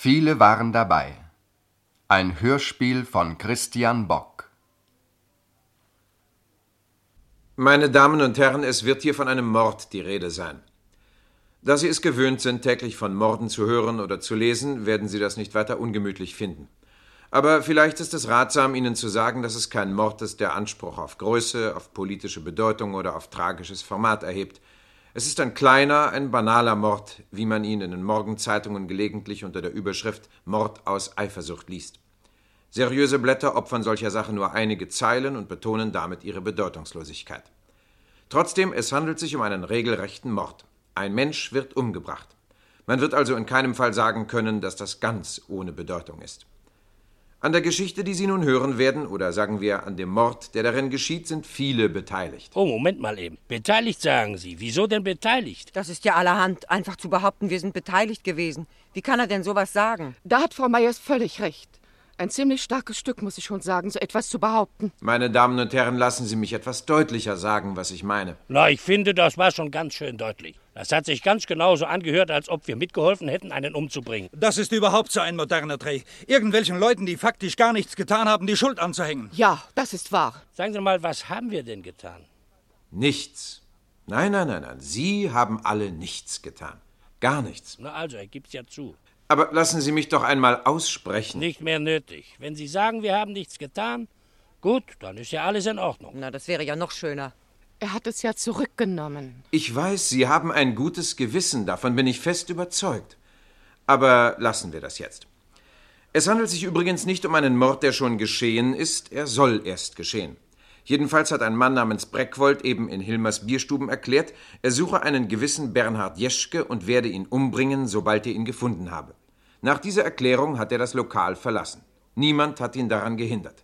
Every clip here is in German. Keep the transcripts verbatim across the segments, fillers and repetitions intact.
Viele waren dabei. Ein Hörspiel von Christian Bock. Meine Damen und Herren, es wird hier von einem Mord die Rede sein. Da Sie es gewöhnt sind, täglich von Morden zu hören oder zu lesen, werden Sie das nicht weiter ungemütlich finden. Aber vielleicht ist es ratsam, Ihnen zu sagen, dass es kein Mord ist, der Anspruch auf Größe, auf politische Bedeutung oder auf tragisches Format erhebt. Es ist ein kleiner, ein banaler Mord, wie man ihn in den Morgenzeitungen gelegentlich unter der Überschrift Mord aus Eifersucht liest. Seriöse Blätter opfern solcher Sache nur einige Zeilen und betonen damit ihre Bedeutungslosigkeit. Trotzdem, es handelt sich um einen regelrechten Mord. Ein Mensch wird umgebracht. Man wird also in keinem Fall sagen können, dass das ganz ohne Bedeutung ist. An der Geschichte, die Sie nun hören werden, oder sagen wir an dem Mord, der darin geschieht, sind viele beteiligt. Oh, Moment mal eben. Beteiligt, sagen Sie. Wieso denn beteiligt? Das ist ja allerhand. Einfach zu behaupten, wir sind beteiligt gewesen. Wie kann er denn sowas sagen? Da hat Frau Meyers völlig recht. Ein ziemlich starkes Stück, muss ich schon sagen, so etwas zu behaupten. Meine Damen und Herren, lassen Sie mich etwas deutlicher sagen, was ich meine. Na, ich finde, das war schon ganz schön deutlich. Das hat sich ganz genauso angehört, als ob wir mitgeholfen hätten, einen umzubringen. Das ist überhaupt so ein moderner Dreh. Irgendwelchen Leuten, die faktisch gar nichts getan haben, die Schuld anzuhängen. Ja, das ist wahr. Sagen Sie mal, was haben wir denn getan? Nichts. Nein, nein, nein, nein. Sie haben alle nichts getan. Gar nichts. Na also, er gibt's ja zu. Aber lassen Sie mich doch einmal aussprechen. Nicht mehr nötig. Wenn Sie sagen, wir haben nichts getan, gut, dann ist ja alles in Ordnung. Na, das wäre ja noch schöner. Er hat es ja zurückgenommen. Ich weiß, Sie haben ein gutes Gewissen, davon bin ich fest überzeugt. Aber lassen wir das jetzt. Es handelt sich übrigens nicht um einen Mord, der schon geschehen ist, er soll erst geschehen. Jedenfalls hat ein Mann namens Breckwold eben in Hilmers Bierstuben erklärt, er suche einen gewissen Bernhard Jeschke und werde ihn umbringen, sobald er ihn gefunden habe. Nach dieser Erklärung hat er das Lokal verlassen. Niemand hat ihn daran gehindert.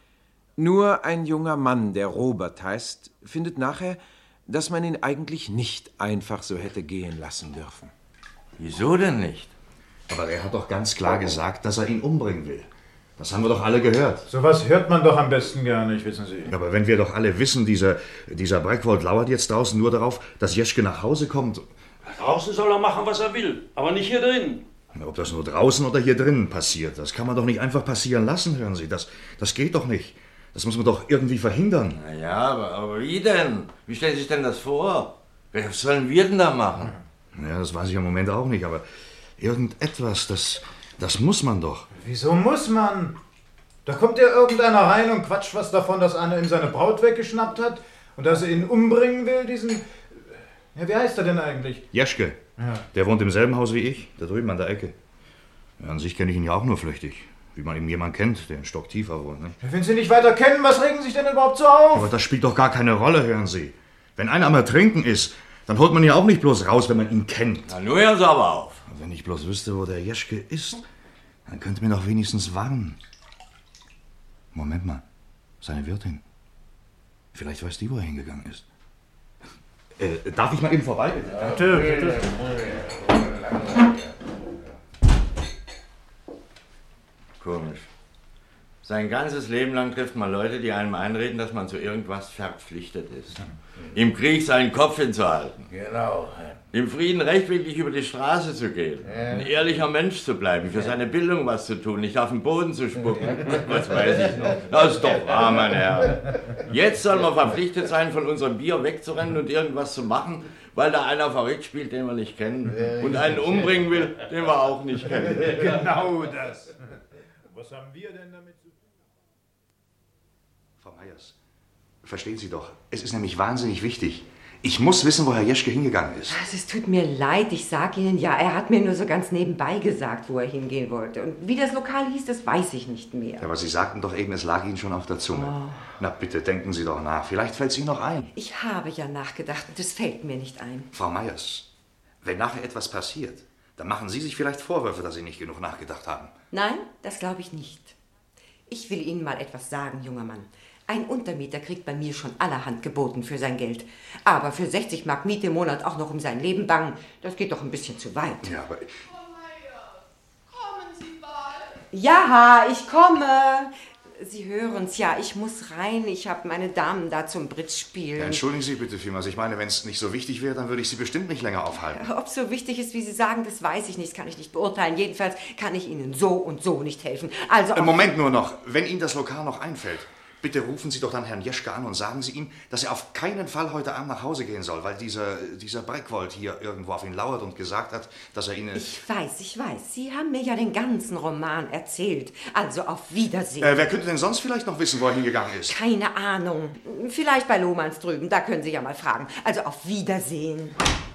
Nur ein junger Mann, der Robert heißt, findet nachher, dass man ihn eigentlich nicht einfach so hätte gehen lassen dürfen. Wieso denn nicht? Aber er hat doch ganz klar gesagt, dass er ihn umbringen will. Das haben wir doch alle gehört. Sowas hört man doch am besten gar nicht, wissen Sie. Aber wenn wir doch alle wissen, dieser, dieser Breckwold lauert jetzt draußen nur darauf, dass Jeschke nach Hause kommt. Draußen soll er machen, was er will, aber nicht hier drin. Ob das nur draußen oder hier drinnen passiert, das kann man doch nicht einfach passieren lassen, hören Sie. Das, das geht doch nicht. Das muss man doch irgendwie verhindern. Na ja, aber, aber wie denn? Wie stellen Sie sich denn das vor? Was sollen wir denn da machen? Ja, das weiß ich im Moment auch nicht, aber irgendetwas, das, das muss man doch. Wieso muss man? Da kommt ja irgendeiner rein und quatscht was davon, dass einer ihm seine Braut weggeschnappt hat und dass er ihn umbringen will, diesen... Ja, wie heißt er denn eigentlich? Jeschke. Ja. Der wohnt im selben Haus wie ich, da drüben an der Ecke. Ja, an sich kenne ich ihn ja auch nur flüchtig. Wie man eben jemanden kennt, der einen Stock tiefer wohnt. Ne? Ja, wenn Sie nicht weiter kennen, was regen Sie sich denn überhaupt so auf? Aber das spielt doch gar keine Rolle, hören Sie. Wenn einer am Ertrinken ist, dann holt man ihn ja auch nicht bloß raus, wenn man ihn kennt. Na, nur hören Sie aber auf. Und wenn ich bloß wüsste, wo der Jeschke ist, dann könnte mir doch wenigstens warnen. Moment mal, seine Wirtin. Vielleicht weiß die, wo er hingegangen ist. Äh, darf ich mal eben vorbei? Natürlich. Ja, Komisch. Sein ganzes Leben lang trifft man Leute, die einem einreden, dass man zu irgendwas verpflichtet ist. Im Krieg seinen Kopf hinzuhalten. Genau. Im Frieden rechtwinklig über die Straße zu gehen. Ja. Ein ehrlicher Mensch zu bleiben, für seine Bildung was zu tun, nicht auf den Boden zu spucken. Was weiß ich noch. Das ist doch wahr, meine Herren. Jetzt soll man verpflichtet sein, von unserem Bier wegzurennen und irgendwas zu machen, weil da einer verrückt spielt, den wir nicht kennen. Und einen umbringen will, den wir auch nicht kennen. Genau das. Was haben wir denn damit zu tun? Frau Meyers, verstehen Sie doch, es ist nämlich wahnsinnig wichtig. Ich muss wissen, wo Herr Jeschke hingegangen ist. Es tut mir leid, ich sag Ihnen ja, er hat mir nur so ganz nebenbei gesagt, wo er hingehen wollte. Und wie das Lokal hieß, das weiß ich nicht mehr. Ja, aber Sie sagten doch eben, es lag Ihnen schon auf der Zunge. Oh. Na bitte, denken Sie doch nach. Vielleicht fällt es Ihnen noch ein. Ich habe ja nachgedacht und es fällt mir nicht ein. Frau Meyers, wenn nachher etwas passiert, dann machen Sie sich vielleicht Vorwürfe, dass Sie nicht genug nachgedacht haben. Nein, das glaube ich nicht. Ich will Ihnen mal etwas sagen, junger Mann. Ein Untermieter kriegt bei mir schon allerhand geboten für sein Geld. Aber für sechzig Mark Miete im Monat auch noch um sein Leben bangen, das geht doch ein bisschen zu weit. Ja, aber... Frau Meyers, kommen Sie bald. Ja, ich komme. Sie hören's ja, ich muss rein. Ich habe meine Damen da zum Bridge spielen. Ja, entschuldigen Sie bitte vielmals. Ich meine, wenn es nicht so wichtig wäre, dann würde ich Sie bestimmt nicht länger aufhalten. Ob es so wichtig ist, wie Sie sagen, das weiß ich nicht. Das kann ich nicht beurteilen. Jedenfalls kann ich Ihnen so und so nicht helfen. Also Äh, Moment nur noch. Wenn Ihnen das Lokal noch einfällt, bitte rufen Sie doch dann Herrn Jeschke an und sagen Sie ihm, dass er auf keinen Fall heute Abend nach Hause gehen soll, weil dieser, dieser Breckwold hier irgendwo auf ihn lauert und gesagt hat, dass er Ihnen... Ich weiß, ich weiß. Sie haben mir ja den ganzen Roman erzählt. Also auf Wiedersehen. Äh, wer könnte denn sonst vielleicht noch wissen, wo er hingegangen ist? Keine Ahnung. Vielleicht bei Lohmanns drüben. Da können Sie ja mal fragen. Also auf Wiedersehen.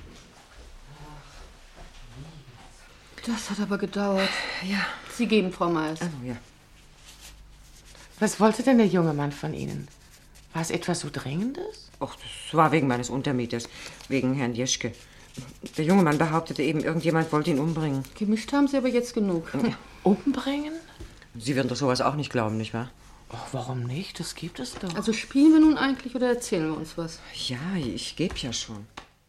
Das hat aber gedauert. Ja. Sie geben, Frau Meyers. Oh, ja. Was wollte denn der junge Mann von Ihnen? War es etwas so Dringendes? Ach, das war wegen meines Untermieters, wegen Herrn Jeschke. Der junge Mann behauptete eben, irgendjemand wollte ihn umbringen. Gemischt haben Sie aber jetzt genug. Ja. Umbringen? Sie würden doch sowas auch nicht glauben, nicht wahr? Oh, warum nicht? Das gibt es doch. Also spielen wir nun eigentlich oder erzählen wir uns was? Ja, ich gebe ja schon.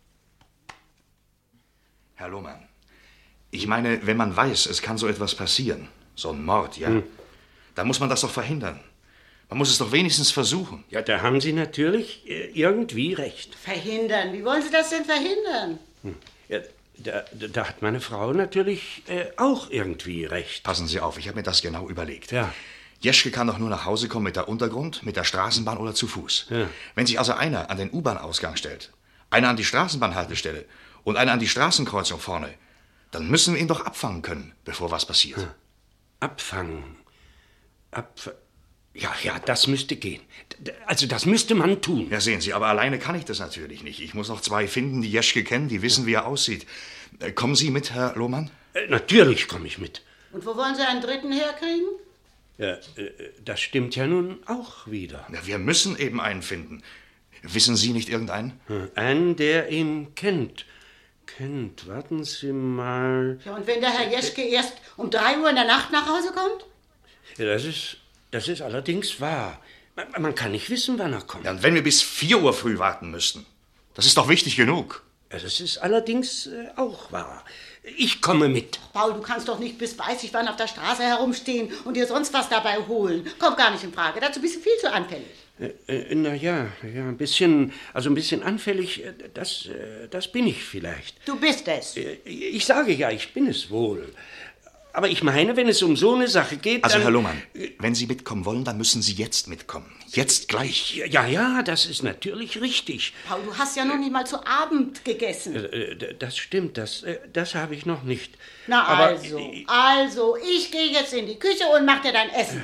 Herr Lohmann, ich meine, wenn man weiß, es kann so etwas passieren, so ein Mord, ja, hm. dann muss man das doch verhindern. Man muss es doch wenigstens versuchen. Ja, da haben Sie natürlich äh, irgendwie recht. Verhindern? Wie wollen Sie das denn verhindern? Hm. Ja, da, da hat meine Frau natürlich äh, auch irgendwie recht. Passen Sie auf, ich habe mir das genau überlegt. Ja. Jeschke kann doch nur nach Hause kommen mit der Untergrund, mit der Straßenbahn oder zu Fuß. Ja. Wenn sich also einer an den U-Bahn-Ausgang stellt, einer an die Straßenbahnhaltestelle und einer an die Straßenkreuzung vorne, dann müssen wir ihn doch abfangen können, bevor was passiert. Ja. Abfangen? Abfangen? Ja, ja, das müsste gehen. Also das müsste man tun. Ja, sehen Sie, aber alleine kann ich das natürlich nicht. Ich muss noch zwei finden, die Jeschke kennen, die wissen, wie er aussieht. Äh, kommen Sie mit, Herr Lohmann? Äh, natürlich komme ich mit. Und wo wollen Sie einen Dritten herkriegen? Ja, äh, das stimmt ja nun auch wieder. Ja, wir müssen eben einen finden. Wissen Sie nicht irgendeinen? Einen, der ihn kennt. Kennt, warten Sie mal. Ja, und wenn der Herr Jeschke erst um drei Uhr in der Nacht nach Hause kommt? Ja, das ist... Das ist allerdings wahr. Man, man kann nicht wissen, wann er kommt. Ja, und wenn wir bis vier Uhr früh warten müssten, das ist doch wichtig genug. Ja, das ist allerdings äh, auch wahr. Ich komme mit. Paul, du kannst doch nicht bis weiß ich wann auf der Straße herumstehen und dir sonst was dabei holen. Kommt gar nicht in Frage. Dazu bist du viel zu anfällig. Äh, äh, na ja, ja, ein bisschen, also ein bisschen anfällig, das, äh, das bin ich vielleicht. Du bist es. Äh, ich sage ja, ich bin es wohl. Aber ich meine, wenn es um so eine Sache geht, Also, dann... Herr Lohmann, wenn Sie mitkommen wollen, dann müssen Sie jetzt mitkommen. Jetzt gleich. Ja, ja, das ist natürlich richtig. Paul, du hast ja noch nicht mal zu Abend gegessen. Das stimmt, das, das habe ich noch nicht. Na Aber also, also, ich gehe jetzt in die Küche und mach dir dein Essen.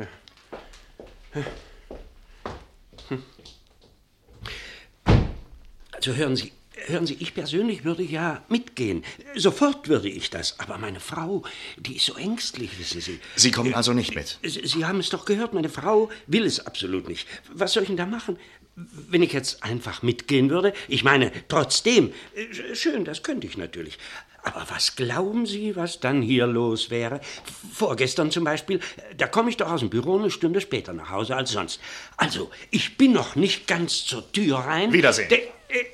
Also hören Sie... Hören Sie, ich persönlich würde ja mitgehen. Sofort würde ich das. Aber meine Frau, die ist so ängstlich, wissen Sie. Sie kommen also nicht mit? Sie, Sie haben es doch gehört, meine Frau will es absolut nicht. Was soll ich denn da machen? Wenn ich jetzt einfach mitgehen würde? Ich meine, trotzdem, schön, das könnte ich natürlich. Aber was glauben Sie, was dann hier los wäre? Vorgestern zum Beispiel, da komme ich doch aus dem Büro eine Stunde später nach Hause als sonst. Also, ich bin noch nicht ganz zur Tür rein. Wiedersehen. De, äh,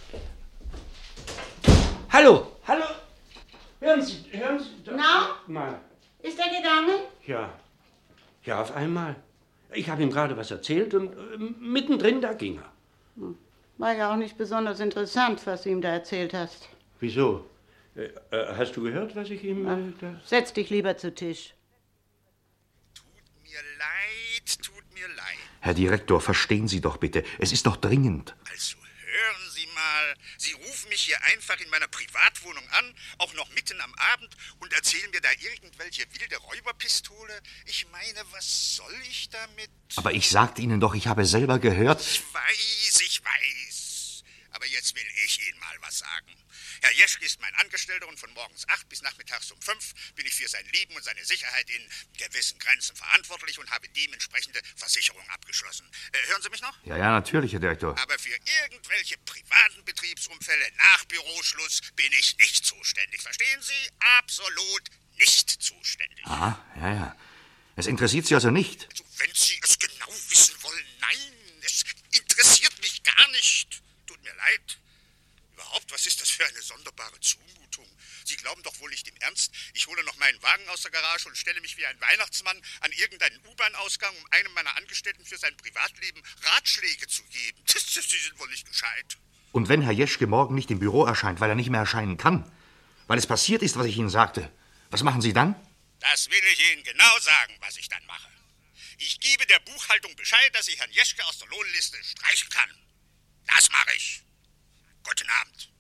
Hallo, hallo. Hören Sie, hören Sie doch Na? mal. Ist er gegangen? Ja, ja, auf einmal. Ich habe ihm gerade was erzählt und äh, mittendrin, da ging er. War ja auch nicht besonders interessant, was du ihm da erzählt hast. Wieso? Äh, äh, hast du gehört, was ich ihm... Äh, da... Setz dich lieber zu Tisch. Tut mir leid, tut mir leid. Herr Direktor, verstehen Sie doch bitte. Es ist doch dringend. Also hören Sie mal, Sie rufen mich hier einfach in meiner Privatwohnung an, auch noch mitten am Abend, und erzählen mir da irgendwelche wilde Räuberpistole. Ich meine, was soll ich damit? Aber ich sagte Ihnen doch, ich habe selber gehört... Ich weiß, ich weiß. Aber jetzt will ich Ihnen mal was sagen. Herr Jeschke ist mein Angestellter und von morgens acht bis nachmittags um fünf bin ich für sein Leben und seine Sicherheit in gewissen Grenzen verantwortlich und habe dementsprechende Versicherung abgeschlossen. Äh, hören Sie mich noch? Ja, ja, natürlich, Herr Direktor. Aber für irgendwelche privaten Betriebsunfälle nach Büroschluss bin ich nicht zuständig. Verstehen Sie? Absolut nicht zuständig. Aha, ja, ja. Es interessiert Sie also nicht? Also, wenn Sie es genau wissen wollen, nein, es interessiert mich gar nicht. Tut mir leid. Überhaupt, was ist das für eine sonderbare Zumutung? Sie glauben doch wohl nicht im Ernst? Ich hole noch meinen Wagen aus der Garage und stelle mich wie ein Weihnachtsmann an irgendeinen U-Bahn-Ausgang, um einem meiner Angestellten für sein Privatleben Ratschläge zu geben. Das, das, die sind wohl nicht gescheit. Und wenn Herr Jeschke morgen nicht im Büro erscheint, weil er nicht mehr erscheinen kann, weil es passiert ist, was ich Ihnen sagte, was machen Sie dann? Das will ich Ihnen genau sagen, was ich dann mache. Ich gebe der Buchhaltung Bescheid, dass ich Herrn Jeschke aus der Lohnliste streichen kann. Das mache ich. Guten Abend.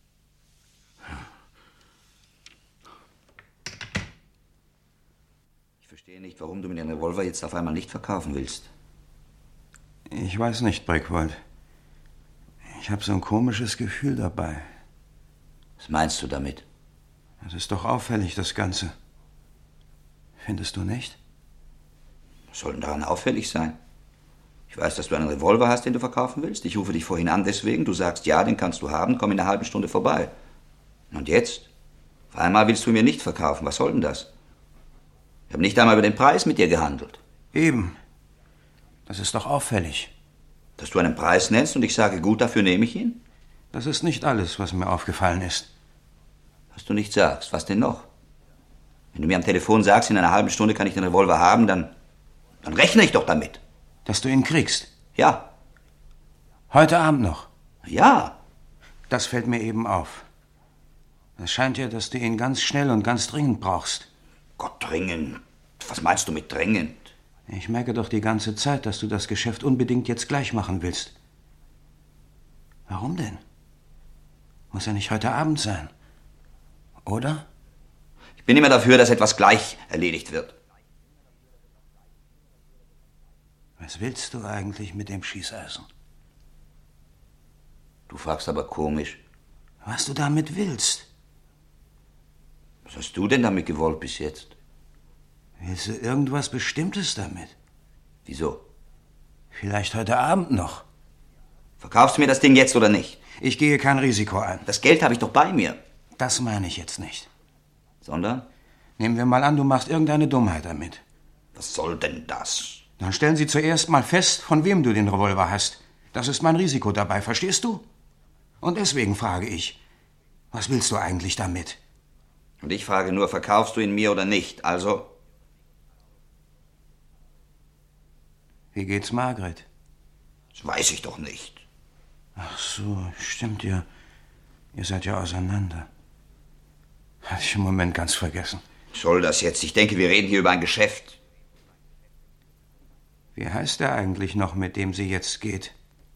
Ich verstehe nicht, warum du mir den Revolver jetzt auf einmal nicht verkaufen willst. Ich weiß nicht, Breckwold. Ich habe so ein komisches Gefühl dabei. Was meinst du damit? Das ist doch auffällig, das Ganze. Findest du nicht? Was soll denn daran auffällig sein? Ich weiß, dass du einen Revolver hast, den du verkaufen willst. Ich rufe dich vorhin an deswegen. Du sagst, ja, den kannst du haben, komm in einer halben Stunde vorbei. Und jetzt? Auf einmal willst du mir nicht verkaufen. Was soll denn das? Ich habe nicht einmal über den Preis mit dir gehandelt. Eben. Das ist doch auffällig. Dass du einen Preis nennst und ich sage, gut, dafür nehme ich ihn? Das ist nicht alles, was mir aufgefallen ist. Was du nicht sagst, was denn noch? Wenn du mir am Telefon sagst, in einer halben Stunde kann ich den Revolver haben, dann, dann rechne ich doch damit. Dass du ihn kriegst? Ja. Heute Abend noch? Ja. Das fällt mir eben auf. Es scheint ja, dass du ihn ganz schnell und ganz dringend brauchst. Gott, dringend? Was meinst du mit dringend? Ich merke doch die ganze Zeit, dass du das Geschäft unbedingt jetzt gleich machen willst. Warum denn? Muss ja nicht heute Abend sein. Oder? Ich bin immer dafür, dass etwas gleich erledigt wird. Was willst du eigentlich mit dem Schießeisen? Du fragst aber komisch. Was du damit willst? Was hast du denn damit gewollt bis jetzt? Willst du irgendwas Bestimmtes damit? Wieso? Vielleicht heute Abend noch. Verkaufst du mir das Ding jetzt oder nicht? Ich gehe kein Risiko ein. Das Geld habe ich doch bei mir. Das meine ich jetzt nicht. Sondern? Nehmen wir mal an, du machst irgendeine Dummheit damit. Was soll denn das? Dann stellen Sie zuerst mal fest, von wem du den Revolver hast. Das ist mein Risiko dabei, verstehst du? Und deswegen frage ich, was willst du eigentlich damit? Und ich frage nur, verkaufst du ihn mir oder nicht? Also? Wie geht's Margret? Das weiß ich doch nicht. Ach so, stimmt ja. Ihr seid ja auseinander. Hatte ich im Moment ganz vergessen. Soll das jetzt? Ich denke, wir reden hier über ein Geschäft. Wie heißt er eigentlich noch, mit dem sie jetzt geht?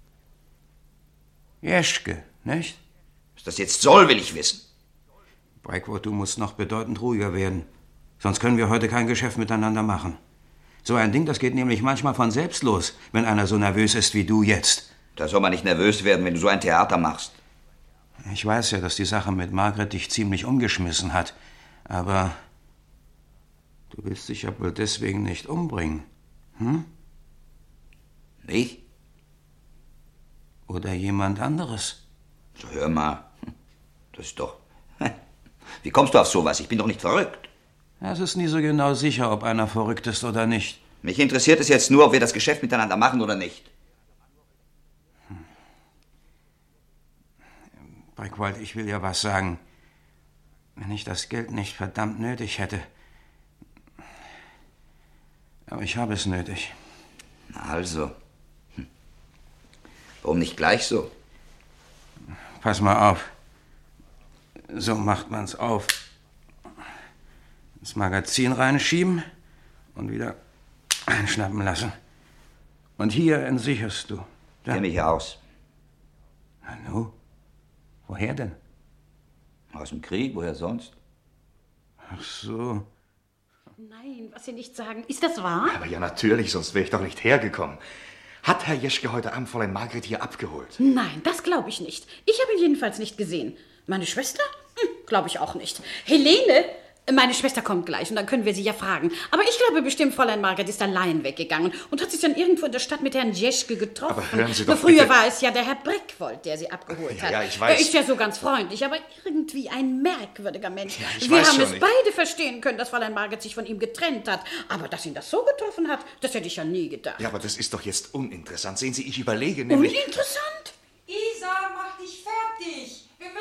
Jeschke, nicht? Was das jetzt soll, will ich wissen. Breckwood, du musst noch bedeutend ruhiger werden. Sonst können wir heute kein Geschäft miteinander machen. So ein Ding, das geht nämlich manchmal von selbst los, wenn einer so nervös ist wie du jetzt. Da soll man nicht nervös werden, wenn du so ein Theater machst. Ich weiß ja, dass die Sache mit Margret dich ziemlich umgeschmissen hat. Aber du willst dich ja wohl deswegen nicht umbringen, hm? Ich? Oder jemand anderes? So, hör mal. Das ist doch... Wie kommst du auf sowas? Ich bin doch nicht verrückt. Es ist nie so genau sicher, ob einer verrückt ist oder nicht. Mich interessiert es jetzt nur, ob wir das Geschäft miteinander machen oder nicht. Hm. Breckwold, ich will ja was sagen. Wenn ich das Geld nicht verdammt nötig hätte. Aber ich habe es nötig. Na also. Hm. Warum nicht gleich so? Pass mal auf. So macht man's auf. Ins Magazin reinschieben und wieder einschnappen lassen. Und hier entsicherst du. Da. Kenn mich aus. Na nu, woher denn? Aus dem Krieg, woher sonst? Ach so. Nein, was Sie nicht sagen. Ist das wahr? Aber ja, natürlich, sonst wäre ich doch nicht hergekommen. Hat Herr Jeschke heute Abend Fräulein Margret hier abgeholt? Nein, das glaube ich nicht. Ich habe ihn jedenfalls nicht gesehen. Meine Schwester? Hm, glaube ich auch nicht. Helene? Meine Schwester kommt gleich und dann können wir sie ja fragen. Aber ich glaube bestimmt, Fräulein Margret ist allein weggegangen und hat sich dann irgendwo in der Stadt mit Herrn Jeschke getroffen. Aber hören Sie doch Früher bitte. war es ja der Herr Breckwold, der sie abgeholt ja, hat. Ja, ich weiß. Er ist ja so ganz freundlich, aber irgendwie ein merkwürdiger Mensch. Ja, ich wir weiß haben schon es nicht. beide verstehen können, dass Fräulein Margret sich von ihm getrennt hat. Aber dass ihn das so getroffen hat, das hätte ich ja nie gedacht. Ja, aber das ist doch jetzt uninteressant. Sehen Sie, ich überlege nämlich... Uninteressant? Isa, mach dich fertig. Wir müssen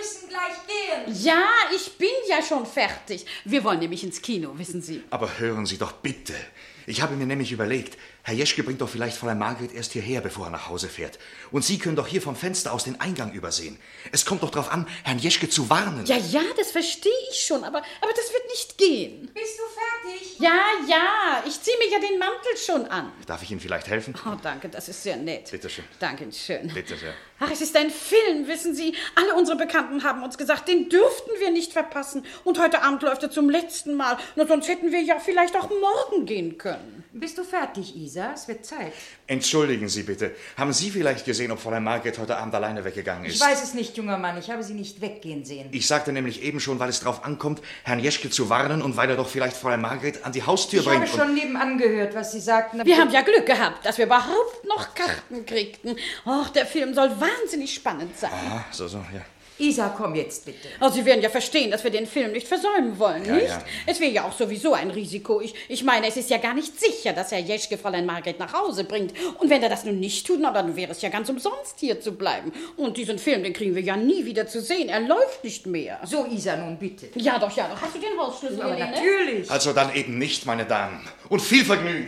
müssen gleich gehen. Ja, ich bin ja schon fertig. Wir wollen nämlich ins Kino, wissen Sie. Aber hören Sie doch bitte. Ich habe mir nämlich überlegt, Herr Jeschke bringt doch vielleicht Fräulein Margret erst hierher, bevor er nach Hause fährt. Und Sie können doch hier vom Fenster aus den Eingang übersehen. Es kommt doch darauf an, Herrn Jeschke zu warnen. Ja, ja, das verstehe ich schon, aber, aber das wird nicht gehen. Bist du fertig? Ja, ja, ich ziehe mir ja den Mantel schon an. Darf ich Ihnen vielleicht helfen? Oh, danke, das ist sehr nett. Bitte schön. Danke schön. Bitte sehr. Ach, es ist ein Film, wissen Sie. Alle unsere Bekannten haben uns gesagt, den dürften wir nicht verpassen. Und heute Abend läuft er zum letzten Mal. Na, sonst hätten wir ja vielleicht auch morgen gehen können. Bist du fertig, Isa? Es wird Zeit. Entschuldigen Sie bitte. Haben Sie vielleicht gesehen, ob Fräulein Margret heute Abend alleine weggegangen ist? Ich weiß es nicht, junger Mann. Ich habe sie nicht weggehen sehen. Ich sagte nämlich eben schon, weil es darauf ankommt, Herrn Jeschke zu warnen und weil er doch vielleicht Fräulein Margret an die Haustür Ich bringt. habe schon nebenan gehört, was Sie sagten. Wir haben ja Glück gehabt, dass wir überhaupt noch Karten kriegten. Och, der Film soll wahnsinnig spannend sein. Aha, so, so, ja. Isa, komm jetzt bitte. Oh, Sie werden ja verstehen, dass wir den Film nicht versäumen wollen, Ja, nicht? ja. Es wäre ja auch sowieso ein Risiko. Ich, ich meine, es ist ja gar nicht sicher, dass Herr Jeschke Fräulein Margret nach Hause bringt. Und wenn er das nun nicht tut, na, dann wäre es ja ganz umsonst, hier zu bleiben. Und diesen Film, den kriegen wir ja nie wieder zu sehen. Er läuft nicht mehr. So, Isa, nun bitte. Ja doch, ja doch. Hast du den Hausschlüssel, Aber Helene? natürlich. Also dann eben nicht, meine Damen. Und viel Vergnügen.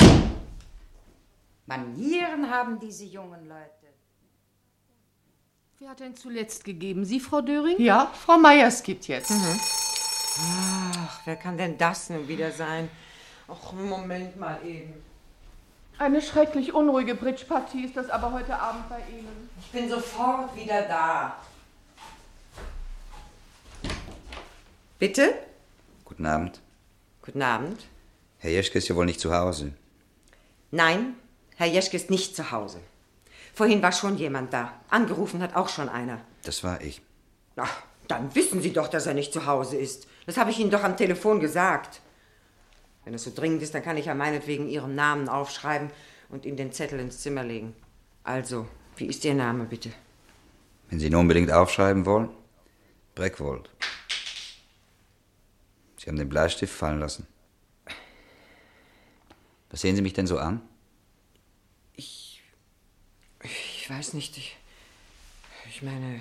Manieren haben diese jungen Leute. Wer hat denn zuletzt gegeben? Sie, Frau Döring? Ja, Frau Meyers gibt jetzt. Mhm. Ach, wer kann denn das nun wieder sein? Ach, Moment mal eben. Eine schrecklich unruhige Bridge-Partie ist das aber heute Abend bei Ihnen. Ich bin sofort wieder da. Bitte? Guten Abend. Guten Abend. Herr Jeschke ist ja wohl nicht zu Hause. Nein, Herr Jeschke ist nicht zu Hause. Vorhin war schon jemand da. Angerufen hat auch schon einer. Das war ich. Ach, dann wissen Sie doch, dass er nicht zu Hause ist. Das habe ich Ihnen doch am Telefon gesagt. Wenn es so dringend ist, dann kann ich ja meinetwegen Ihren Namen aufschreiben und ihm den Zettel ins Zimmer legen. Also, wie ist Ihr Name, bitte? Wenn Sie ihn unbedingt aufschreiben wollen, Breckwold. Sie haben den Bleistift fallen lassen. Was sehen Sie mich denn so an? Ich weiß nicht, ich, ich meine,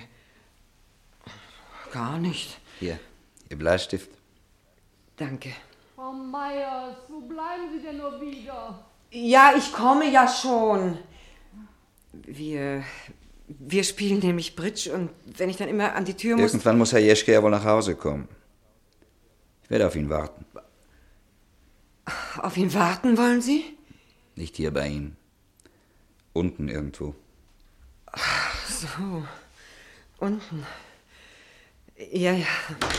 gar nicht. Hier, Ihr Bleistift. Danke. Frau Meyers, wo bleiben Sie denn nur wieder? Ja, ich komme ja schon. Wir, wir spielen nämlich Bridge und wenn ich dann immer an die Tür muss... Irgendwann muss Herr Jeschke ja wohl nach Hause kommen. Ich werde auf ihn warten. Auf ihn warten wollen Sie? Nicht hier bei Ihnen. Unten irgendwo. Ach so, unten. Ja, ja.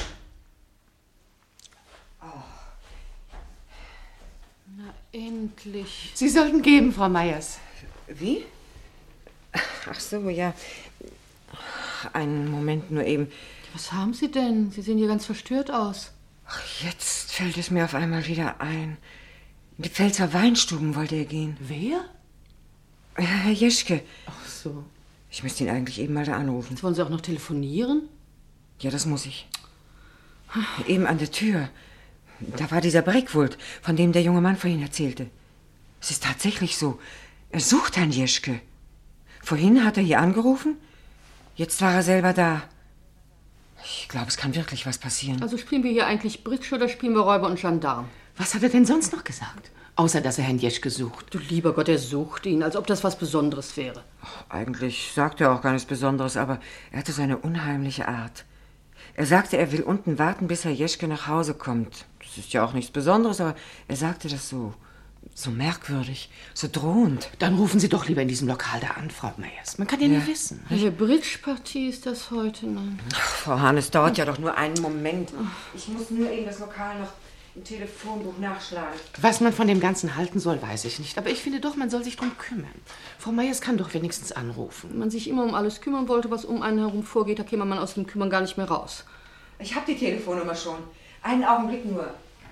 Na, endlich. Sie sollten geben, Frau Meyers. Wie? Ach so, ja. Einen Moment nur eben. Was haben Sie denn? Sie sehen hier ganz verstört aus. Ach, jetzt fällt es mir auf einmal wieder ein. In die Pfälzer Weinstuben wollte er gehen. Wer? Ja, Herr Jeschke. Ach so. Ich müsste ihn eigentlich eben mal da anrufen. Jetzt wollen Sie auch noch telefonieren? Ja, das muss ich. Eben an der Tür. Da war dieser Breckwold, von dem der junge Mann vorhin erzählte. Es ist tatsächlich so. Er sucht Herrn Jeschke. Vorhin hat er hier angerufen. Jetzt war er selber da. Ich glaube, es kann wirklich was passieren. Also spielen wir hier eigentlich Bridge oder spielen wir Räuber und Gendarm? Was hat er denn sonst noch gesagt? Außer, dass er Herrn Jeschke sucht. Du lieber Gott, er sucht ihn, als ob das was Besonderes wäre. Ach, eigentlich sagt er auch gar nichts Besonderes, aber er hatte so eine unheimliche Art. Er sagte, er will unten warten, bis Herr Jeschke nach Hause kommt. Das ist ja auch nichts Besonderes, aber er sagte das so, so merkwürdig, so drohend. Dann rufen Sie doch lieber in diesem Lokal da an, Frau Meyers. Man kann ja, ja nie wissen. Welche Bridge-Partie ist das heute? Nein. Ach, Frau Hahn, es dauert ja doch nur einen Moment. Ich muss nur eben das Lokal noch im Telefonbuch nachschlagen. Was man von dem Ganzen halten soll, weiß ich nicht. Aber ich finde doch, man soll sich drum kümmern. Frau Meyers kann doch wenigstens anrufen. Wenn man sich immer um alles kümmern wollte, was um einen herum vorgeht, da käme man aus dem Kümmern gar nicht mehr raus. Ich habe die Telefonnummer schon. Einen Augenblick nur.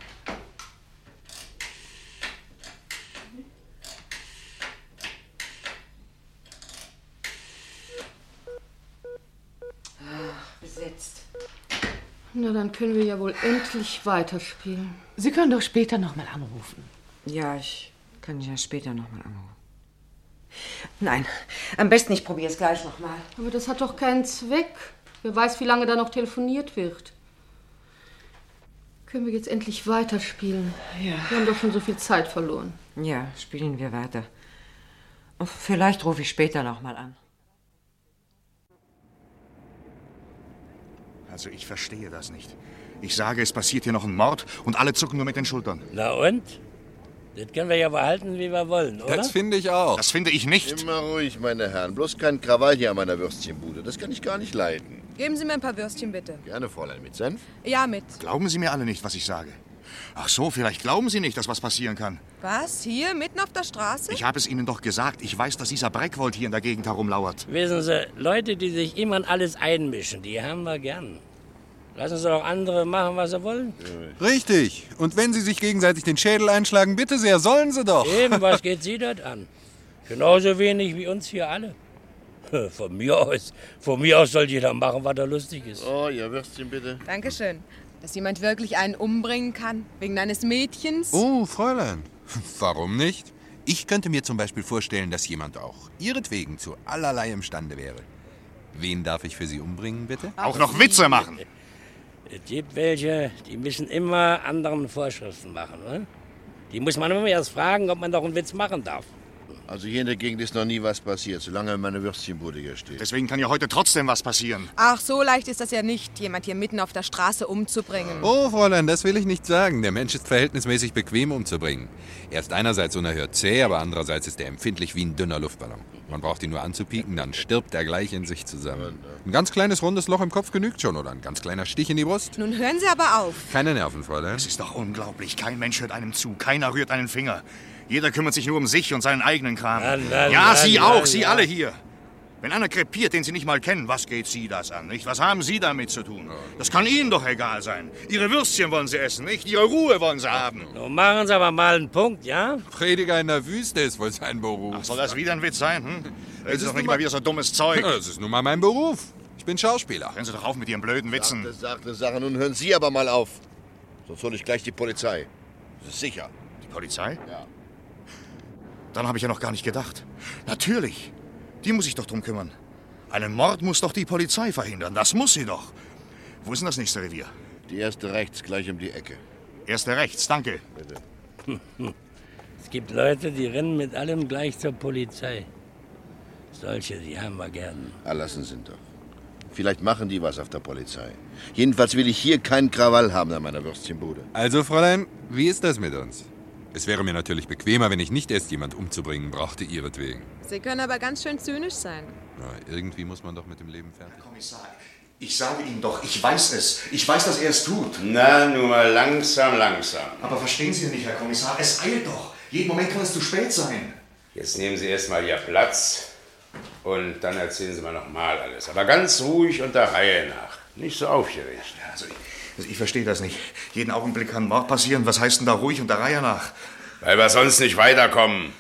Ach, besetzt. Na, dann können wir ja wohl endlich weiterspielen. Sie können doch später noch mal anrufen. Ja, ich kann ja später noch mal anrufen. Nein, am besten ich probiere es gleich noch mal. Aber das hat doch keinen Zweck. Wer weiß, wie lange da noch telefoniert wird. Können wir jetzt endlich weiterspielen? Ja. Wir haben doch schon so viel Zeit verloren. Ja, spielen wir weiter. Und vielleicht rufe ich später noch mal an. Also ich verstehe das nicht. Ich sage, es passiert hier noch ein Mord und alle zucken nur mit den Schultern. Na und? Das können wir ja behalten, wie wir wollen, oder? Das finde ich auch. Das finde ich nicht. Immer ruhig, meine Herren. Bloß kein Krawall hier an meiner Würstchenbude. Das kann ich gar nicht leiden. Geben Sie mir ein paar Würstchen, bitte. Gerne, Fräulein. Mit Senf? Ja, mit. Glauben Sie mir alle nicht, was ich sage. Ach so, vielleicht glauben Sie nicht, dass was passieren kann. Was? Hier, mitten auf der Straße? Ich habe es Ihnen doch gesagt. Ich weiß, dass dieser Breckwold hier in der Gegend herumlauert. Wissen Sie, Leute, die sich immer in alles einmischen, die haben wir gern. Lassen Sie doch andere machen, was sie wollen. Richtig. Und wenn Sie sich gegenseitig den Schädel einschlagen, bitte sehr, sollen Sie doch. Eben, was geht Sie das an? Genauso wenig wie uns hier alle. Von mir aus, von mir aus soll jeder machen, was er lustig ist. Oh, Ihr Würstchen bitte. Dankeschön. Dass jemand wirklich einen umbringen kann, wegen eines Mädchens. Oh, Fräulein. Warum nicht? Ich könnte mir zum Beispiel vorstellen, dass jemand auch ihretwegen zu allerlei imstande wäre. Wen darf ich für Sie umbringen, bitte? Auch noch Witze machen. Es gibt welche, die müssen immer anderen Vorschriften machen. Ne? Die muss man immer erst fragen, ob man doch einen Witz machen darf. Also hier in der Gegend ist noch nie was passiert, solange meine Würstchenbude hier steht. Deswegen kann ja heute trotzdem was passieren. Ach, so leicht ist das ja nicht, jemand hier mitten auf der Straße umzubringen. Oh, Fräulein, das will ich nicht sagen. Der Mensch ist verhältnismäßig bequem umzubringen. Er ist einerseits unerhört zäh, aber andererseits ist er empfindlich wie ein dünner Luftballon. Man braucht ihn nur anzupieken, dann stirbt er gleich in sich zusammen. Ein ganz kleines rundes Loch im Kopf genügt schon oder ein ganz kleiner Stich in die Brust. Nun hören Sie aber auf. Keine Nerven, Fräulein. Es ist doch unglaublich. Kein Mensch hört einem zu. Keiner rührt einen Finger. Jeder kümmert sich nur um sich und seinen eigenen Kram. Na, na, ja, na, Sie na, auch, na, Sie na. alle hier. Wenn einer krepiert, den Sie nicht mal kennen, was geht Sie das an, nicht? Was haben Sie damit zu tun? Das kann Ihnen doch egal sein. Ihre Würstchen wollen Sie essen, nicht? Ihre Ruhe wollen Sie haben. Nun machen Sie aber mal einen Punkt, ja? Prediger in der Wüste ist wohl sein Beruf. Ach, soll das wieder ein Witz sein? Hm? Das ist doch nun nicht mal wieder so dummes Zeug. Ja, das ist nun mal mein Beruf. Ich bin Schauspieler. Hören Sie doch auf mit Ihren blöden Witzen. Sagte, sagte Sache. Nun hören Sie aber mal auf. Sonst hole ich gleich die Polizei. Das ist sicher. Die Polizei? Ja. Dann habe ich ja noch gar nicht gedacht. Natürlich. Die muss sich doch drum kümmern. Einen Mord muss doch die Polizei verhindern. Das muss sie doch. Wo ist denn das nächste Revier? Die erste rechts, gleich um die Ecke. Erste rechts, danke. Bitte. Es gibt Leute, die rennen mit allem gleich zur Polizei. Solche, die haben wir gern. Erlassen sind doch. Vielleicht machen die was auf der Polizei. Jedenfalls will ich hier keinen Krawall haben an meiner Würstchenbude. Also, Fräulein, wie ist das mit uns? Es wäre mir natürlich bequemer, wenn ich nicht erst jemand umzubringen brauchte, ihretwegen. Sie können aber ganz schön zynisch sein. Na, irgendwie muss man doch mit dem Leben fertig. Herr Kommissar, ich sage Ihnen doch, ich weiß es. Ich weiß, dass er es tut. Na, nur mal langsam, langsam. Aber verstehen Sie nicht, Herr Kommissar, es eilt doch. Jeden Moment kann es zu spät sein. Jetzt nehmen Sie erst mal Ihr Platz und dann erzählen Sie mir noch mal alles. Aber ganz ruhig und der Reihe nach. Nicht so aufgeregt. Ja, also ich, also ich verstehe das nicht. Jeden Augenblick kann ein Mord passieren. Was heißt denn da ruhig und der Reihe nach? Weil wir sonst nicht weiterkommen.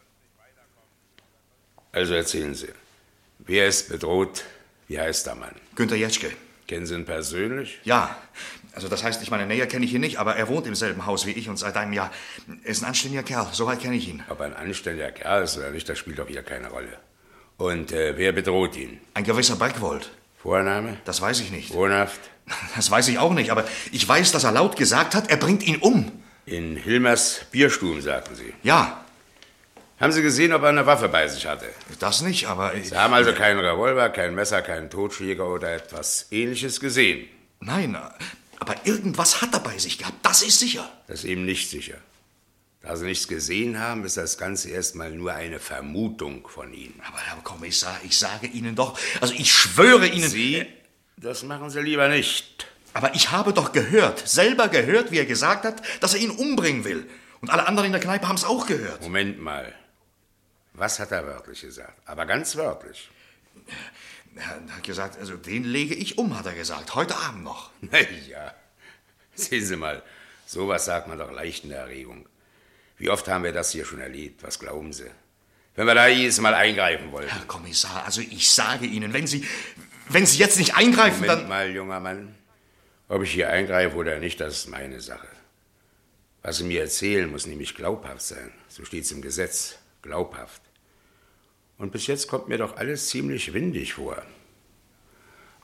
Also erzählen Sie. Wer ist bedroht? Wie heißt der Mann? Günter Jetschke. Kennen Sie ihn persönlich? Ja. Also das heißt, ich meine, näher kenne ich ihn nicht, aber er wohnt im selben Haus wie ich und seit einem Jahr. Er ist ein anständiger Kerl, soweit kenne ich ihn. Ob er ein anständiger Kerl ist oder nicht, das spielt doch hier keine Rolle. Und äh, wer bedroht ihn? Ein gewisser Breckwold. Vorname? Das weiß ich nicht. Wohnhaft? Das weiß ich auch nicht, aber ich weiß, dass er laut gesagt hat, er bringt ihn um. In Hilmers Bierstuben, sagten Sie? Ja. Haben Sie gesehen, ob er eine Waffe bei sich hatte? Das nicht, aber... Sie haben also keinen Revolver, kein Messer, keinen Totschläger oder etwas Ähnliches gesehen? Nein, aber irgendwas hat er bei sich gehabt, das ist sicher. Das ist eben nicht sicher. Da Sie nichts gesehen haben, ist das Ganze erstmal nur eine Vermutung von Ihnen. Aber Herr Kommissar, ich sage Ihnen doch, also ich schwöre Ihnen... Sie? Das machen Sie lieber nicht. Aber ich habe doch gehört, selber gehört, wie er gesagt hat, dass er ihn umbringen will. Und alle anderen in der Kneipe haben es auch gehört. Moment mal. Was hat er wörtlich gesagt? Aber ganz wörtlich. Er hat gesagt, also den lege ich um, hat er gesagt. Heute Abend noch. Na ja. Sehen Sie mal, sowas sagt man doch leicht in der Erregung. Wie oft haben wir das hier schon erlebt? Was glauben Sie? Wenn wir da jedes Mal eingreifen wollten. Herr Kommissar, also ich sage Ihnen, wenn Sie, wenn Sie jetzt nicht eingreifen, Moment dann... mal, junger Mann. Ob ich hier eingreife oder nicht, das ist meine Sache. Was Sie mir erzählen, muss nämlich glaubhaft sein. So steht's im Gesetz. Glaubhaft. Und bis jetzt kommt mir doch alles ziemlich windig vor.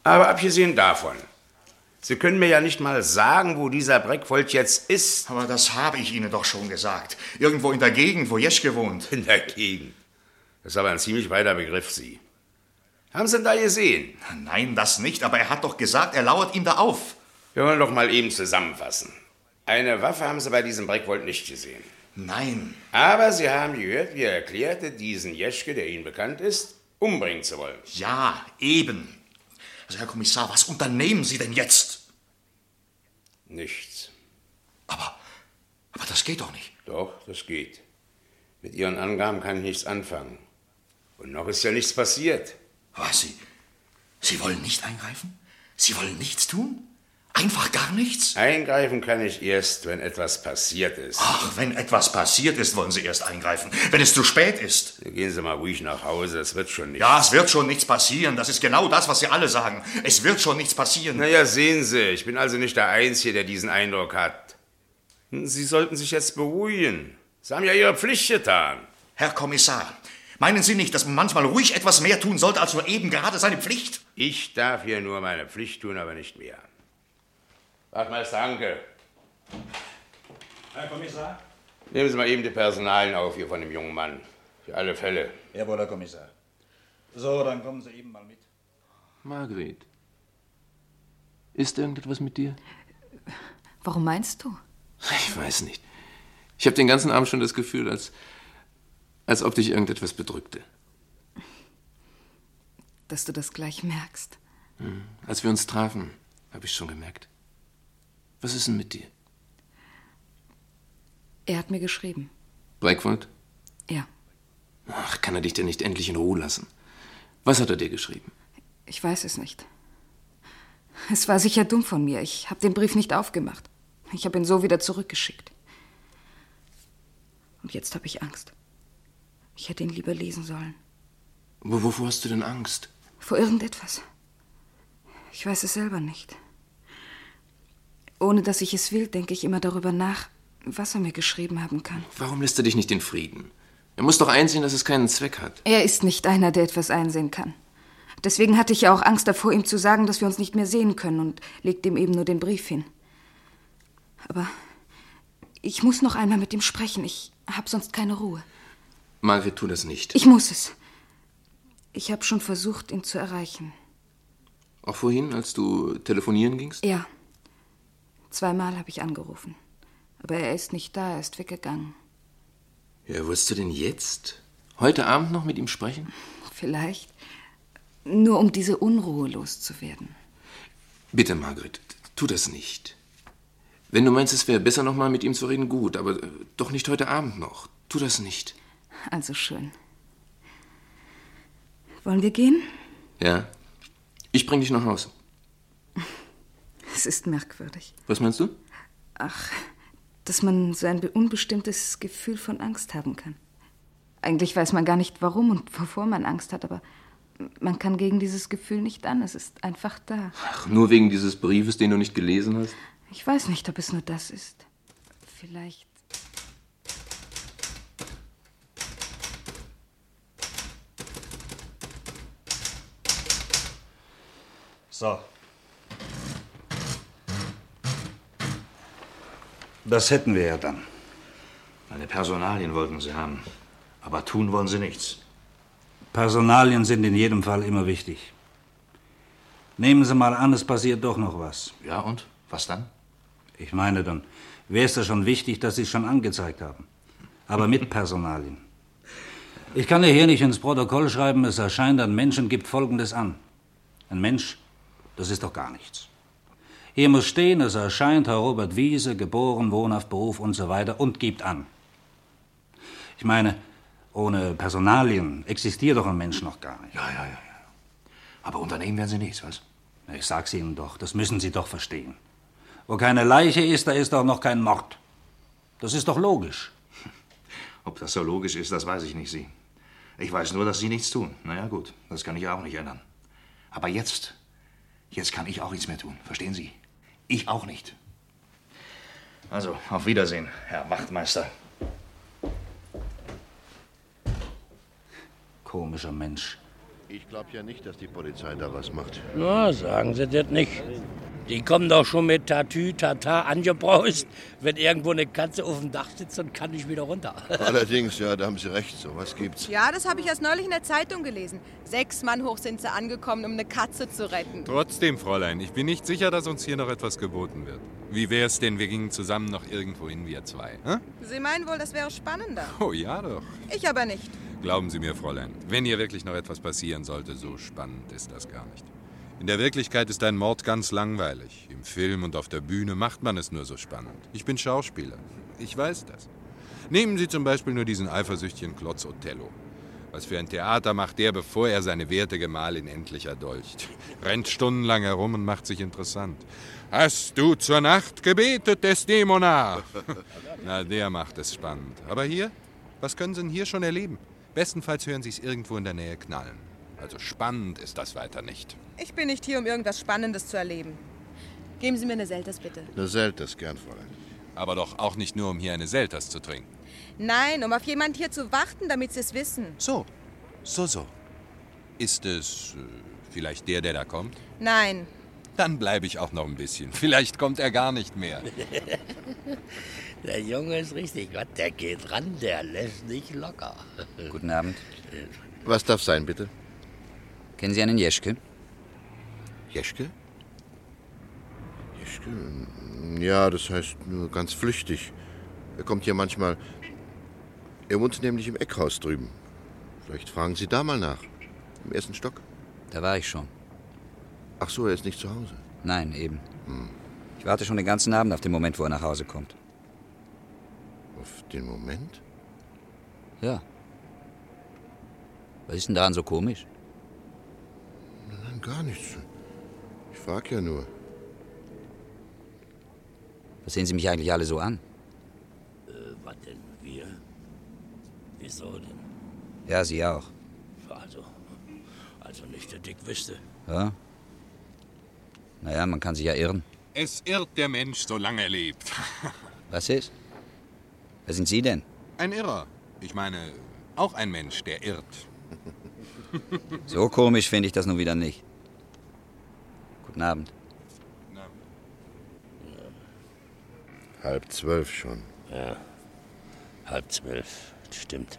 Aber abgesehen davon, Sie können mir ja nicht mal sagen, wo dieser Breckwold jetzt ist. Aber das habe ich Ihnen doch schon gesagt. Irgendwo in der Gegend, wo Jeschke wohnt. In der Gegend? Das ist aber ein ziemlich weiter Begriff, Sie. Haben Sie ihn da gesehen? Nein, das nicht, aber er hat doch gesagt, er lauert ihm da auf. Wir wollen doch mal eben zusammenfassen. Eine Waffe haben Sie bei diesem Breckwold nicht gesehen. Nein. Aber Sie haben gehört, wie er erklärte, diesen Jeschke, der Ihnen bekannt ist, umbringen zu wollen. Ja, eben. Also, Herr Kommissar, was unternehmen Sie denn jetzt? Nichts. Aber, aber das geht doch nicht. Doch, das geht. Mit Ihren Angaben kann ich nichts anfangen. Und noch ist ja nichts passiert. Was, Sie, Sie wollen nicht eingreifen? Sie wollen nichts tun? Einfach gar nichts? Eingreifen kann ich erst, wenn etwas passiert ist. Ach, wenn etwas passiert ist, wollen Sie erst eingreifen. Wenn es zu spät ist. Gehen Sie mal ruhig nach Hause, es wird schon nichts. Ja, es wird schon nichts passieren. Das ist genau das, was Sie alle sagen. Es wird schon nichts passieren. Na ja, sehen Sie, ich bin also nicht der Einzige, der diesen Eindruck hat. Sie sollten sich jetzt beruhigen. Sie haben ja Ihre Pflicht getan. Herr Kommissar, meinen Sie nicht, dass man manchmal ruhig etwas mehr tun sollte, als nur eben gerade seine Pflicht? Ich darf hier nur meine Pflicht tun, aber nicht mehr. Wachtmeister Hanke. Herr Kommissar? Nehmen Sie mal eben die Personalien auf hier von dem jungen Mann. Für alle Fälle. Jawohl, Herr Kommissar. So, dann kommen Sie eben mal mit. Margret, ist irgendetwas mit dir? Warum meinst du? Ich weiß nicht. Ich habe den ganzen Abend schon das Gefühl, als, als ob dich irgendetwas bedrückte. Dass du das gleich merkst. Hm. Als wir uns trafen, habe ich schon gemerkt. Was ist denn mit dir? Er hat mir geschrieben. Breckwold? Ja. Ach, kann er dich denn nicht endlich in Ruhe lassen? Was hat er dir geschrieben? Ich weiß es nicht. Es war sicher dumm von mir. Ich habe den Brief nicht aufgemacht. Ich habe ihn so wieder zurückgeschickt. Und jetzt habe ich Angst. Ich hätte ihn lieber lesen sollen. Aber wovor hast du denn Angst? Vor irgendetwas. Ich weiß es selber nicht. Ohne dass ich es will, denke ich immer darüber nach, was er mir geschrieben haben kann. Warum lässt er dich nicht in Frieden? Er muss doch einsehen, dass es keinen Zweck hat. Er ist nicht einer, der etwas einsehen kann. Deswegen hatte ich ja auch Angst davor, ihm zu sagen, dass wir uns nicht mehr sehen können und legte ihm eben nur den Brief hin. Aber ich muss noch einmal mit ihm sprechen. Ich habe sonst keine Ruhe. Margret, tu das nicht. Ich muss es. Ich habe schon versucht, ihn zu erreichen. Auch vorhin, als du telefonieren gingst? Ja. Zweimal habe ich angerufen. Aber er ist nicht da, er ist weggegangen. Ja, willst du denn jetzt? Heute Abend noch mit ihm sprechen? Vielleicht. Nur um diese Unruhe loszuwerden. Bitte, Margret, tu das nicht. Wenn du meinst, es wäre besser, noch mal mit ihm zu reden, gut. Aber doch nicht heute Abend noch. Tu das nicht. Also schön. Wollen wir gehen? Ja. Ich bring dich nach Hause. Es ist merkwürdig. Was meinst du? Ach, dass man so ein unbestimmtes Gefühl von Angst haben kann. Eigentlich weiß man gar nicht, warum und wovor man Angst hat, aber man kann gegen dieses Gefühl nicht an. Es ist einfach da. Ach, nur wegen dieses Briefes, den du nicht gelesen hast? Ich weiß nicht, ob es nur das ist. Vielleicht... So. Das hätten wir ja dann. Meine Personalien wollten Sie haben, aber tun wollen Sie nichts. Personalien sind in jedem Fall immer wichtig. Nehmen Sie mal an, es passiert doch noch was. Ja, und? Was dann? Ich meine, dann wäre es ja schon wichtig, dass Sie es schon angezeigt haben. Aber mit Personalien. Ich kann ja hier nicht ins Protokoll schreiben, es erscheint, ein Menschen gibt Folgendes an. Ein Mensch, das ist doch gar nichts. Hier muss stehen, es erscheint Herr Robert Wiese, geboren, wohnhaft, Beruf und so weiter und gibt an. Ich meine, ohne Personalien existiert doch ein Mensch noch gar nicht. Ja, ja, ja, ja. Aber unternehmen werden Sie nichts, was? Ich sag's Ihnen doch, das müssen Sie doch verstehen. Wo keine Leiche ist, da ist doch noch kein Mord. Das ist doch logisch. Ob das so logisch ist, das weiß ich nicht, Sie. Ich weiß nur, dass Sie nichts tun. Na ja, gut, das kann ich auch nicht ändern. Aber jetzt, jetzt kann ich auch nichts mehr tun, verstehen Sie? Ich auch nicht. Also, auf Wiedersehen, Herr Wachtmeister. Komischer Mensch. Ich glaube ja nicht, dass die Polizei da was macht. Na, sagen Sie das nicht. Die kommen doch schon mit Tatü, Tata angebraust, wenn irgendwo eine Katze auf dem Dach sitzt und kann nicht wieder runter. Allerdings, ja, da haben Sie recht. So was gibt's. Ja, das habe ich erst neulich in der Zeitung gelesen. Sechs Mann hoch sind sie angekommen, um eine Katze zu retten. Trotzdem, Fräulein, ich bin nicht sicher, dass uns hier noch etwas geboten wird. Wie wär's denn, wir gingen zusammen noch irgendwo hin, wir zwei? Hä? Sie meinen wohl, das wäre spannender? Oh ja doch. Ich aber nicht. Glauben Sie mir, Fräulein, wenn hier wirklich noch etwas passieren sollte, so spannend ist das gar nicht. In der Wirklichkeit ist ein Mord ganz langweilig. Im Film und auf der Bühne macht man es nur so spannend. Ich bin Schauspieler. Ich weiß das. Nehmen Sie zum Beispiel nur diesen eifersüchtigen Klotz Othello. Was für ein Theater macht der, bevor er seine werte Gemahlin endlich erdolcht? Rennt stundenlang herum und macht sich interessant. Hast du zur Nacht gebetet, Desdemona? Na, der macht es spannend. Aber hier? Was können Sie denn hier schon erleben? Bestenfalls hören Sie es irgendwo in der Nähe knallen. Also spannend ist das weiter nicht. Ich bin nicht hier, um irgendwas Spannendes zu erleben. Geben Sie mir eine Selters, bitte. Eine Selters, gern, Fräulein. Aber doch auch nicht nur, um hier eine Selters zu trinken. Nein, um auf jemand hier zu warten, damit Sie es wissen. So, so, so. Ist es äh, vielleicht der, der da kommt? Nein. Dann bleibe ich auch noch ein bisschen. Vielleicht kommt er gar nicht mehr. Der Junge ist richtig, Gott, der geht ran, der lässt nicht locker. Guten Abend. Was darf sein, bitte? Kennen Sie einen Jeschke? Jeschke? Jeschke? Ja, das heißt nur ganz flüchtig. Er kommt hier manchmal. Er wohnt nämlich im Eckhaus drüben. Vielleicht fragen Sie da mal nach. Im ersten Stock. Da war ich schon. Ach so, er ist nicht zu Hause. Nein, eben. Hm. Ich warte schon den ganzen Abend auf den Moment, wo er nach Hause kommt. Auf den Moment? Ja. Was ist denn daran so komisch? Nein, gar nichts. Ich frag ja nur. Was sehen Sie mich eigentlich alle so an? Äh, was denn? Wir? Wieso denn? Ja, Sie auch. Also, also nicht der Dick wüsste. Ja? Naja, man kann sich ja irren. Es irrt der Mensch, solange er lebt. Was ist? Wer sind Sie denn? Ein Irrer. Ich meine, auch ein Mensch, der irrt. So komisch finde ich das nun wieder nicht. Guten Abend. Halb zwölf schon. Ja, halb zwölf, stimmt.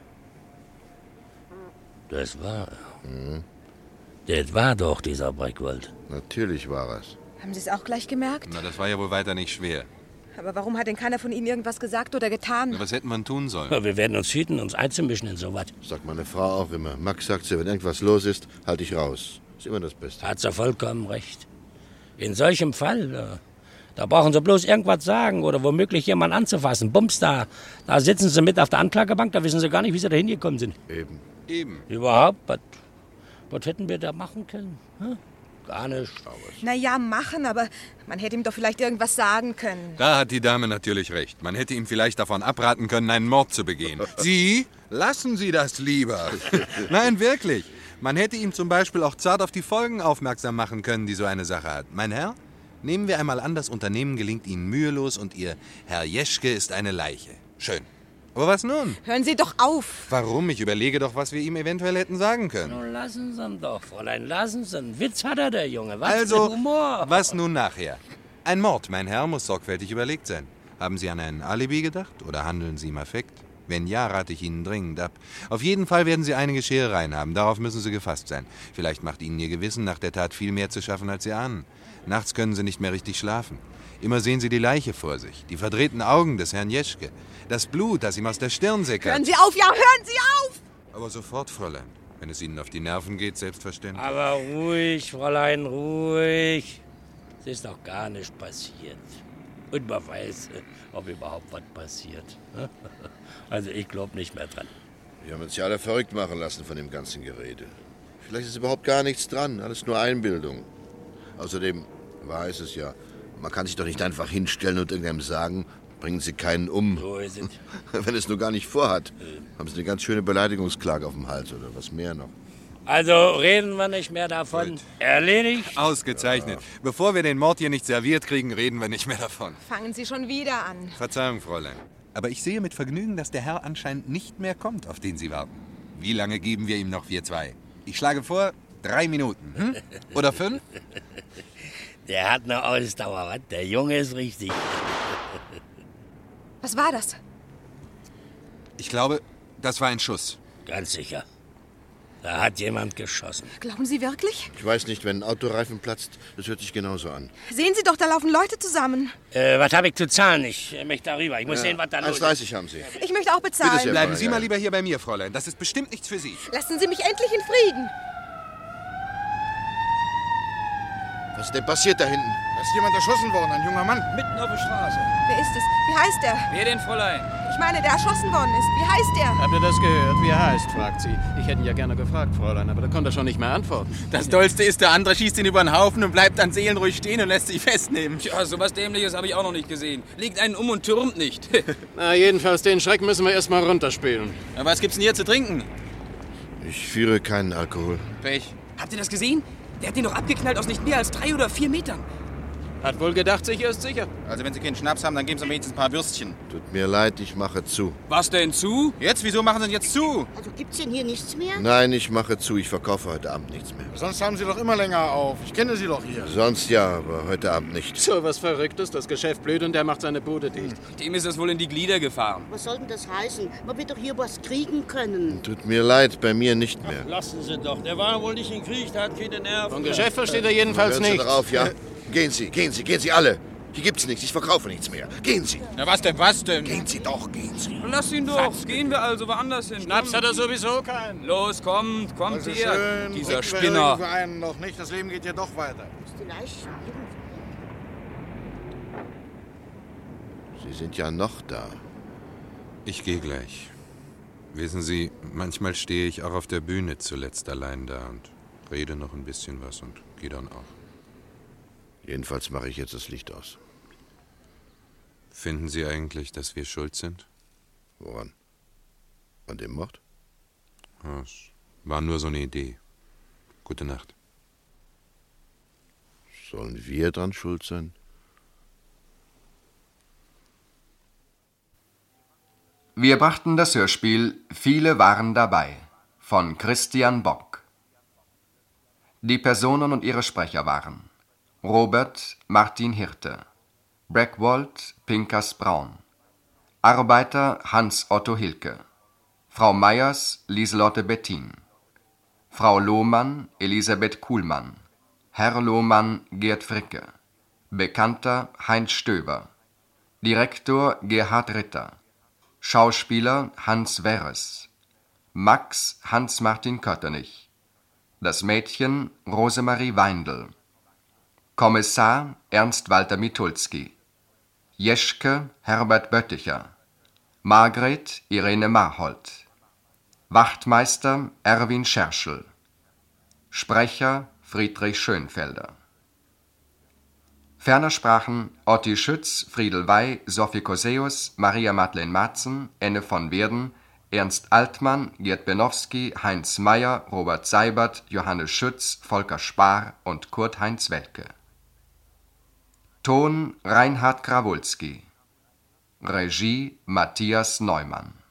Das war... Mhm. Das war doch dieser Breckwold. Natürlich war es. Haben Sie es auch gleich gemerkt? Na, das war ja wohl weiter nicht schwer. Aber warum hat denn keiner von Ihnen irgendwas gesagt oder getan? Na, was hätten wir tun sollen? Ja, wir werden uns hüten, uns einzumischen in sowas. Sagt meine Frau auch immer. Max sagt sie, wenn irgendwas los ist, halte ich raus. Ist immer das Beste. Hat sie vollkommen recht. In solchem Fall, da, da brauchen Sie bloß irgendwas sagen oder womöglich jemanden anzufassen. Bums, da, da sitzen Sie mit auf der Anklagebank, da wissen Sie gar nicht, wie Sie da hingekommen sind. Eben. Eben. Überhaupt, was, was hätten wir da machen können? Hm? Gar nichts. Na ja, machen, aber man hätte ihm doch vielleicht irgendwas sagen können. Da hat die Dame natürlich recht. Man hätte ihm vielleicht davon abraten können, einen Mord zu begehen. Sie? Lassen Sie das lieber. Nein, wirklich. Man hätte ihm zum Beispiel auch zart auf die Folgen aufmerksam machen können, die so eine Sache hat. Mein Herr, nehmen wir einmal an, das Unternehmen gelingt Ihnen mühelos und Ihr Herr Jeschke ist eine Leiche. Schön. Aber was nun? Hören Sie doch auf. Warum? Ich überlege doch, was wir ihm eventuell hätten sagen können. Nun lassen Sie ihn doch, Fräulein, lassen Sie ihn. Witz hat er, der Junge. Was Also, für Humor. was nun nachher? Ein Mord, mein Herr, muss sorgfältig überlegt sein. Haben Sie an ein Alibi gedacht oder handeln Sie im Affekt? Wenn ja, rate ich Ihnen dringend ab. Auf jeden Fall werden Sie einige Scherereien haben. Darauf müssen Sie gefasst sein. Vielleicht macht Ihnen Ihr Gewissen nach der Tat viel mehr zu schaffen, als Sie ahnen. Nachts können Sie nicht mehr richtig schlafen. Immer sehen Sie die Leiche vor sich. Die verdrehten Augen des Herrn Jeschke. Das Blut, das ihm aus der Stirn sickert. Hören Sie auf, ja, hören Sie auf! Aber sofort, Fräulein. Wenn es Ihnen auf die Nerven geht, selbstverständlich. Aber ruhig, Fräulein, ruhig. Es ist doch gar nichts passiert. Und man weiß, ob überhaupt was passiert. Also ich glaube nicht mehr dran. Wir haben uns ja alle verrückt machen lassen von dem ganzen Gerede. Vielleicht ist überhaupt gar nichts dran, alles nur Einbildung. Außerdem wahr ist es ja, man kann sich doch nicht einfach hinstellen und irgendeinem sagen, bringen Sie keinen um. So ist es. Wenn es nur gar nicht vorhat, haben Sie eine ganz schöne Beleidigungsklage auf dem Hals oder was mehr noch. Also reden wir nicht mehr davon. Gut. Erledigt. Ausgezeichnet. Ja. Bevor wir den Mord hier nicht serviert kriegen, reden wir nicht mehr davon. Fangen Sie schon wieder an. Verzeihung, Fräulein. Aber ich sehe mit Vergnügen, dass der Herr anscheinend nicht mehr kommt, auf den Sie warten. Wie lange geben wir ihm noch, wir zwei? Ich schlage vor, Drei Minuten, hm? Oder fünf? Der hat eine Ausdauer, was? Der Junge ist richtig. Was war das? Ich glaube, das war ein Schuss. Ganz sicher. Da hat jemand geschossen. Glauben Sie wirklich? Ich weiß nicht, wenn ein Autoreifen platzt, das hört sich genauso an. Sehen Sie doch, da laufen Leute zusammen. Äh, was habe ich zu zahlen? Ich äh, möchte darüber. Ich muss Ja, sehen, was da los eins dreißig haben Sie. Ich möchte auch bezahlen. Bitte sehr, Bleiben Frau Sie mal Geil. lieber hier bei mir, Fräulein. Das ist bestimmt nichts für Sie. Lassen Sie mich endlich in Frieden. Was ist denn passiert da hinten? Da ist jemand erschossen worden, ein junger Mann. Mitten auf der Straße. Wer ist es? Wie heißt er? Wer denn, Fräulein? Ich meine, der erschossen worden ist. Wie heißt er? Habt ihr das gehört? Wie er heißt, fragt sie. Ich hätte ihn ja gerne gefragt, Fräulein, aber da konnte er schon nicht mehr antworten. Das Dollste ist, der andere schießt ihn über den Haufen und bleibt dann seelenruhig stehen und lässt sich festnehmen. Tja, sowas Dämliches habe ich auch noch nicht gesehen. Legt einen um und türmt nicht. Na, jedenfalls, den Schreck müssen wir erstmal runterspielen. Aber was gibt's denn hier zu trinken? Ich führe keinen Alkohol. Pech. Habt ihr das gesehen? Der hat den doch abgeknallt aus nicht mehr als drei oder vier Metern. Hat wohl gedacht, sicher ist sicher. Also wenn Sie keinen Schnaps haben, dann geben Sie wenigstens ein paar Würstchen. Tut mir leid, ich mache zu. Was denn zu? Jetzt? Wieso machen Sie denn jetzt zu? Also gibt's denn hier nichts mehr? Nein, ich mache zu. Ich verkaufe heute Abend nichts mehr. Sonst haben Sie doch immer länger auf. Ich kenne Sie doch hier. Sonst ja, aber heute Abend nicht. So was Verrücktes, das Geschäft blöd und der macht seine Bude dicht. Dem ist es wohl in die Glieder gefahren. Was soll denn das heißen? Man wird doch hier was kriegen können. Tut mir leid, bei mir nicht mehr. Lassen Sie doch. Der war wohl nicht im Krieg, der hat keine Nerven. Vom Geschäft versteht er jedenfalls Hören Sie nichts. doch auf, ja? Gehen Sie, gehen Sie, gehen Sie alle. Hier gibt's nichts, ich verkaufe nichts mehr. Gehen Sie. Na was denn, was denn? Gehen Sie doch, gehen Sie. Lass ihn doch. Gehen wir also woanders hin. Schnaps hat er sowieso keinen. Los, kommt, kommt Also her. schön, Dieser trinken wir Spinner. für einen noch nicht. Das Leben geht ja doch weiter. Vielleicht. Sie sind ja noch da. Ich gehe gleich. Wissen Sie, manchmal stehe ich auch auf der Bühne zuletzt allein da und rede noch ein bisschen was und gehe dann auch. Jedenfalls mache ich jetzt das Licht aus. Finden Sie eigentlich, dass wir schuld sind? Woran? An dem Mord? Ja, es war nur so eine Idee. Gute Nacht. Sollen wir dran schuld sein? Wir brachten das Hörspiel Viele waren dabei von Christian Bock. Die Personen und ihre Sprecher waren Robert Martin Hirte, Breckwold Pinkas Braun, Arbeiter Hans-Otto Hilke, Frau Meyers Lieselotte Bettin, Frau Lohmann Elisabeth Kuhlmann, Herr Lohmann Gerd Fricke, Bekannter Heinz Stöber, Direktor Gerhard Ritter, Schauspieler Hans Werres, Max Hans-Martin Kötternich, das Mädchen Rosemarie Weindl, Kommissar Ernst-Walter Mitulski, Jeschke Herbert Bötticher, Margret Irene Marhold, Wachtmeister Erwin Scherschel, Sprecher Friedrich Schönfelder. Ferner sprachen Otti Schütz, Friedel Wey, Sophie Koseus, Maria Madeleine Matzen, Enne von Werden, Ernst Altmann, Gerd Benowski, Heinz Meyer, Robert Seibert, Johannes Schütz, Volker Spahr und Kurt-Heinz Welke. Ton Reinhard Krawulski. Regie Matthias Neumann.